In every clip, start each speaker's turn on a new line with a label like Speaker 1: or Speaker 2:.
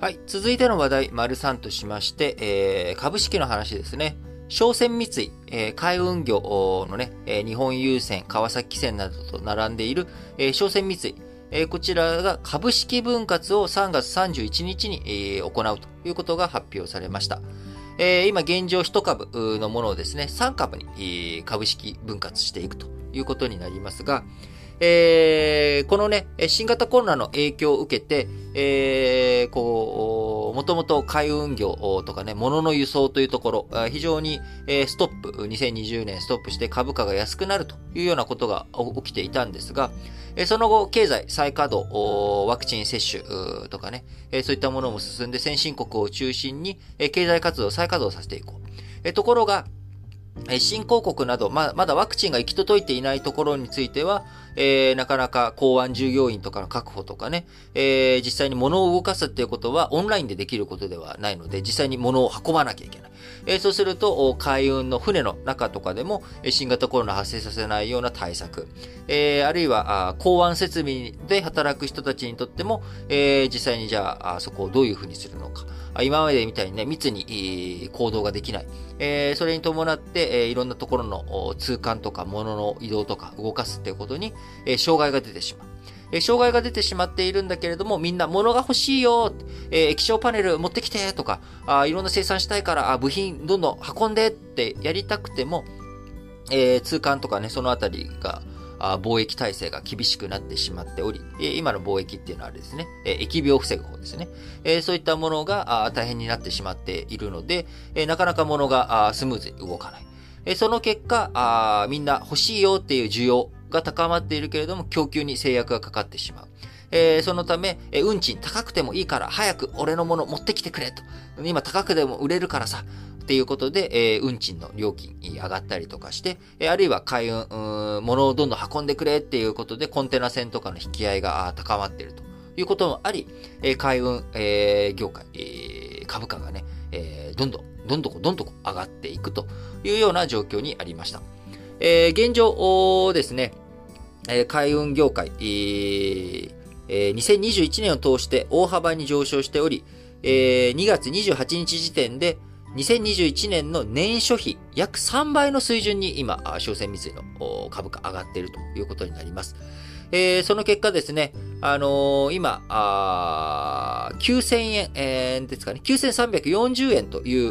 Speaker 1: はい。続いての話題、丸3としまして、株式の話ですね。商船三井、海運業のね、日本郵船、川崎線などと並んでいる、商船三井、こちらが株式分割を3月31日に、行うということが発表されました。今現状1株のものをですね、3株に、株式分割していくということになりますが、このね、新型コロナの影響を受けて、もともと海運業とかね、物の輸送というところ、非常に、ストップ、2020年ストップして株価が安くなるというようなことが起きていたんですが、その後、経済再稼働、ワクチン接種とかね、そういったものも進んで先進国を中心に、経済活動を再稼働させていこう。ところが、新興国など、まだワクチンが行き届いていないところについては、なかなか港湾従業員とかの確保とかね、実際に物を動かすっていうことはオンラインでできることではないので、実際に物を運ばなきゃいけない。そうすると、海運の船の中とかでも、新型コロナ発生させないような対策、あるいは、港湾設備で働く人たちにとっても、実際にじゃあ、そこをどういうふうにするのか。今までみたいにね、密に行動ができない。それに伴って、いろんなところの通関とか物の移動とか動かすっていうことに、障害が出てしまう。障害が出てしまっているんだけれども、みんな物が欲しいよ、液晶パネル持ってきてとか、いろんな生産したいから、部品どんどん運んでってやりたくても、通関とかね、そのあたりが、貿易体制が厳しくなってしまっており、今の貿易っていうのはあれですね、疫病を防ぐ方ですね。そういったものが大変になってしまっているので、なかなか物がスムーズに動かない。その結果、みんな欲しいよっていう需要が高まっているけれども、供給に制約がかかってしまう。そのため、運賃高くてもいいから早く俺のもの持ってきてくれと。今高くでも売れるからさ。っていうことで、運賃の料金上がったりとかして、あるいは海運、物をどんどん運んでくれっていうことで、コンテナ船とかの引き合いが高まっているということもあり、海運、業界、株価がね、どんどん上がっていくというような状況にありました。現状ですね、海運業界、2021年を通して大幅に上昇しており、2月28日時点で2021年の年初比約3倍の水準に今、商船三井の株価上がっているということになります。その結果ですね、今、9000円、ですかね、9340円という、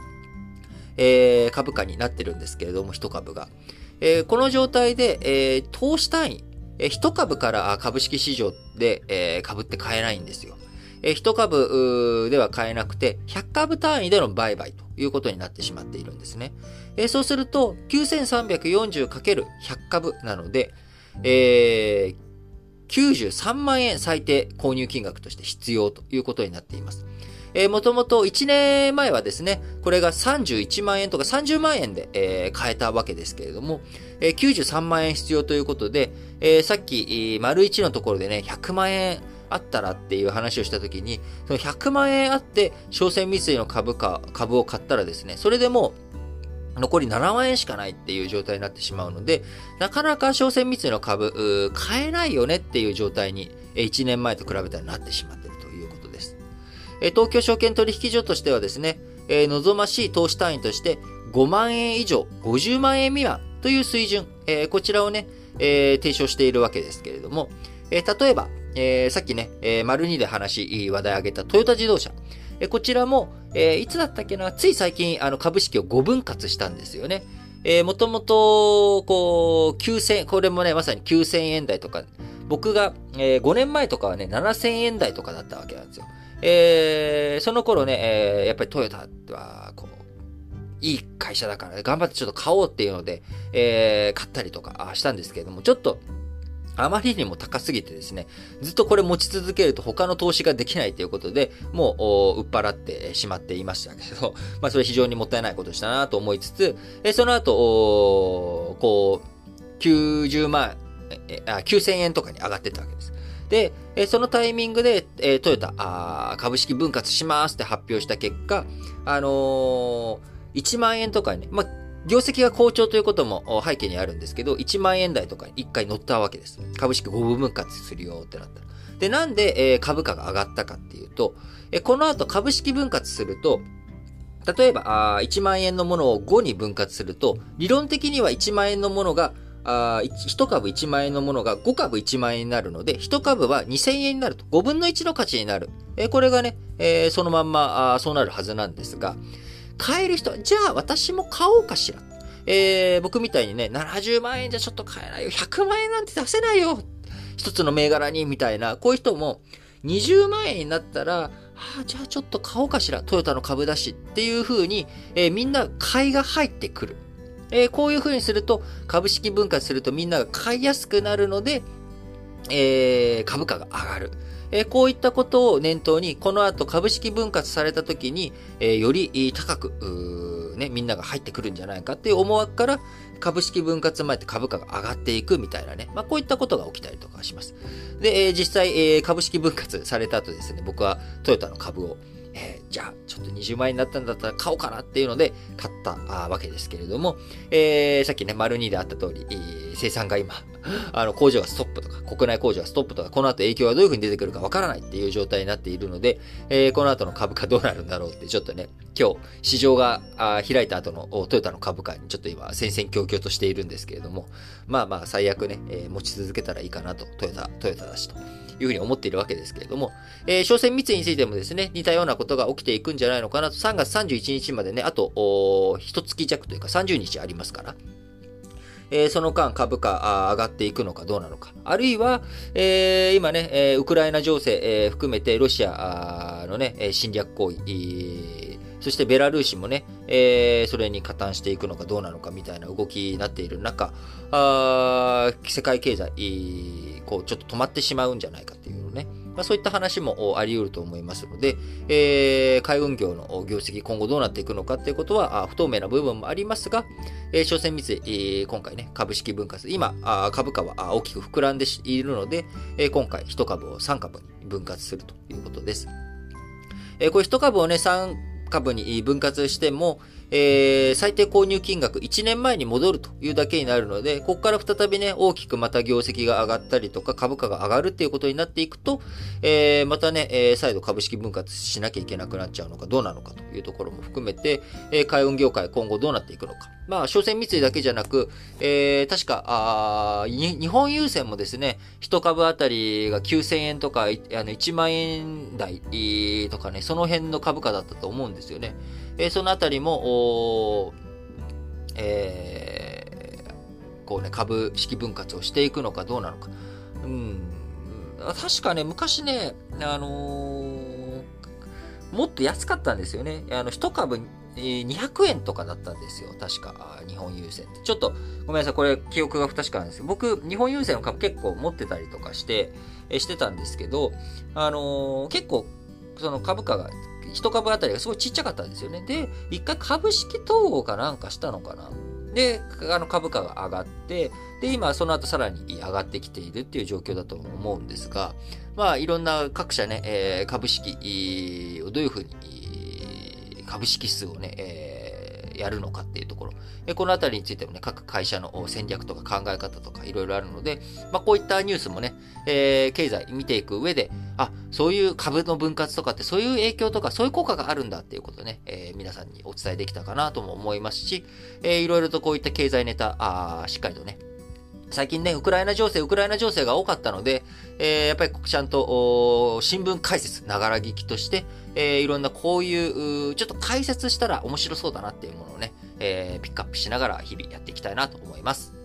Speaker 1: 株価になってるんですけれども、1株が。この状態で、投資単位、1株から株式市場で、株って買えないんですよ。1株では買えなくて、100株単位での売買ということになってしまっているんですね。そうすると、9340×100 株なので、93万円最低購入金額として必要ということになっています。もともと1年前はですね、これが31万円とか30万円で、買えたわけですけれども、93万円必要ということで、さっき、丸1のところでね、100万円あったらっていう話をしたときに、その100万円あって、商船三井の株を買ったらですね、それでもう、残り7万円しかないっていう状態になってしまうので、なかなか商船三井の株、買えないよねっていう状態に、1年前と比べたらなってしまっているということです。東京証券取引所としてはですね、望ましい投資単位として5万円以上、50万円未満という水準、こちらをね、提唱しているわけですけれども、例えば、さっきね、丸2で話題挙げたトヨタ自動車。こちらも、いつだったっけな、つい最近、株式を5分割したんですよね。もともと、9000、これもね、まさに9000円台とか、僕が、5年前とかはね、7000円台とかだったわけなんですよ。その頃ね、やっぱりトヨタは、いい会社だから、頑張ってちょっと買おうっていうので、買ったりとかしたんですけれども、ちょっと、あまりにも高すぎてですね、ずっとこれ持ち続けると他の投資ができないということで、もう、売っ払ってしまっていましたけど、まあそれ非常にもったいないことしたなと思いつつ、その後、90万、9000円とかに上がってったわけです。で、そのタイミングで、トヨタ、株式分割しますって発表した結果、1万円とかね、まあ、 業績が好調ということも背景にあるんですけど、1万円台とか一回乗ったわけです。株式5分分割するよってなったら。で、なんで、株価が上がったかっていうと、この後株式分割すると、例えば、1万円のものを5に分割すると、理論的には1万円のものが、1株1万円のものが5株1万円になるので、1株は2000円になると。5分の1の価値になる。これがね、そのまんま、そうなるはずなんですが、買える人、じゃあ私も買おうかしら。僕みたいにね、70万円じゃちょっと買えないよ。100万円なんて出せないよ。一つの銘柄に、みたいな、こういう人も、20万円になったら、じゃあちょっと買おうかしら。トヨタの株だし。っていう風に、みんな買いが入ってくる。こういう風にすると、株式分割するとみんなが買いやすくなるので、株価が上がる。こういったことを念頭に、この後株式分割された時に、より高く、みんなが入ってくるんじゃないかっていう思惑から、株式分割前って株価が上がっていくみたいなね。こういったことが起きたりとかします。で、実際、株式分割された後ですね、僕はトヨタの株を、じゃあ、ちょっと20万円になったんだったら買おうかなっていうので、買ったわけですけれども、さっきね、丸2であった通り、生産が今、工場がストップとか、国内工場がストップとか、この後影響がどういう風に出てくるかわからないっていう状態になっているので、この後の株価どうなるんだろうって、ちょっとね、今日、市場が開いた後のトヨタの株価にちょっと今、戦々恐々としているんですけれども、最悪ね、持ち続けたらいいかなと、トヨタだしと。いうふうに思っているわけですけれども、商船三井についてもですね、似たようなことが起きていくんじゃないのかなと、3月31日までね、あと、1月弱というか30日ありますから、その間株価上がっていくのかどうなのか。あるいは、今ね、ウクライナ情勢、含めてロシアのね、侵略行為、そしてベラルーシもね、それに加担していくのかどうなのかみたいな動きになっている中、世界経済、ちょっと止まってしまうんじゃないかっていうね。そういった話もあり得ると思いますので、海運業の業績今後どうなっていくのかっていうことは不透明な部分もありますが、商船三井、今回ね、株式分割、今、株価は大きく膨らんでいるので、今回1株を3株に分割するということです。これ1株をね、3株に分割しても、最低購入金額1年前に戻るというだけになるので、ここから再びね、大きくまた業績が上がったりとか、株価が上がるっていうことになっていくと、またね、再度株式分割しなきゃいけなくなっちゃうのかどうなのかというところも含めて、海運業界今後どうなっていくのか。商船三井だけじゃなく、確か、日本郵船もですね、1株あたりが9000円とか、1万円台とかね、その辺の株価だったと思うんですよね。そのあたりも、株式分割をしていくのかどうなのか。確かね、昔ね、もっと安かったんですよね。1株200円とかだったんですよ。確か、日本郵船って。ちょっと、ごめんなさい。これ、記憶が不確かなんですけど、僕、日本郵船の株結構持ってたりとかして、してたんですけど、結構、その株価が、1株あたりがすごいちっちゃかったんですよね。で、一回株式統合かなんかしたのかな。で、株価が上がって、で、今、その後さらに上がってきているっていう状況だと思うんですが、いろんな各社ね、株式をどういうふうに、株式数をね、やるのかっていうところ。このあたりについてもね、各会社の戦略とか考え方とかいろいろあるので、こういったニュースもね、経済見ていく上で、そういう株の分割とかってそういう影響とかそういう効果があるんだっていうことね、皆さんにお伝えできたかなとも思いますし、いろいろとこういった経済ネタ、しっかりとね、最近ね、ウクライナ情勢が多かったので、やっぱりちゃんと新聞解説、ながら聞きとして、いろんなこういう、ちょっと解説したら面白そうだなっていうものをね、ピックアップしながら日々やっていきたいなと思います。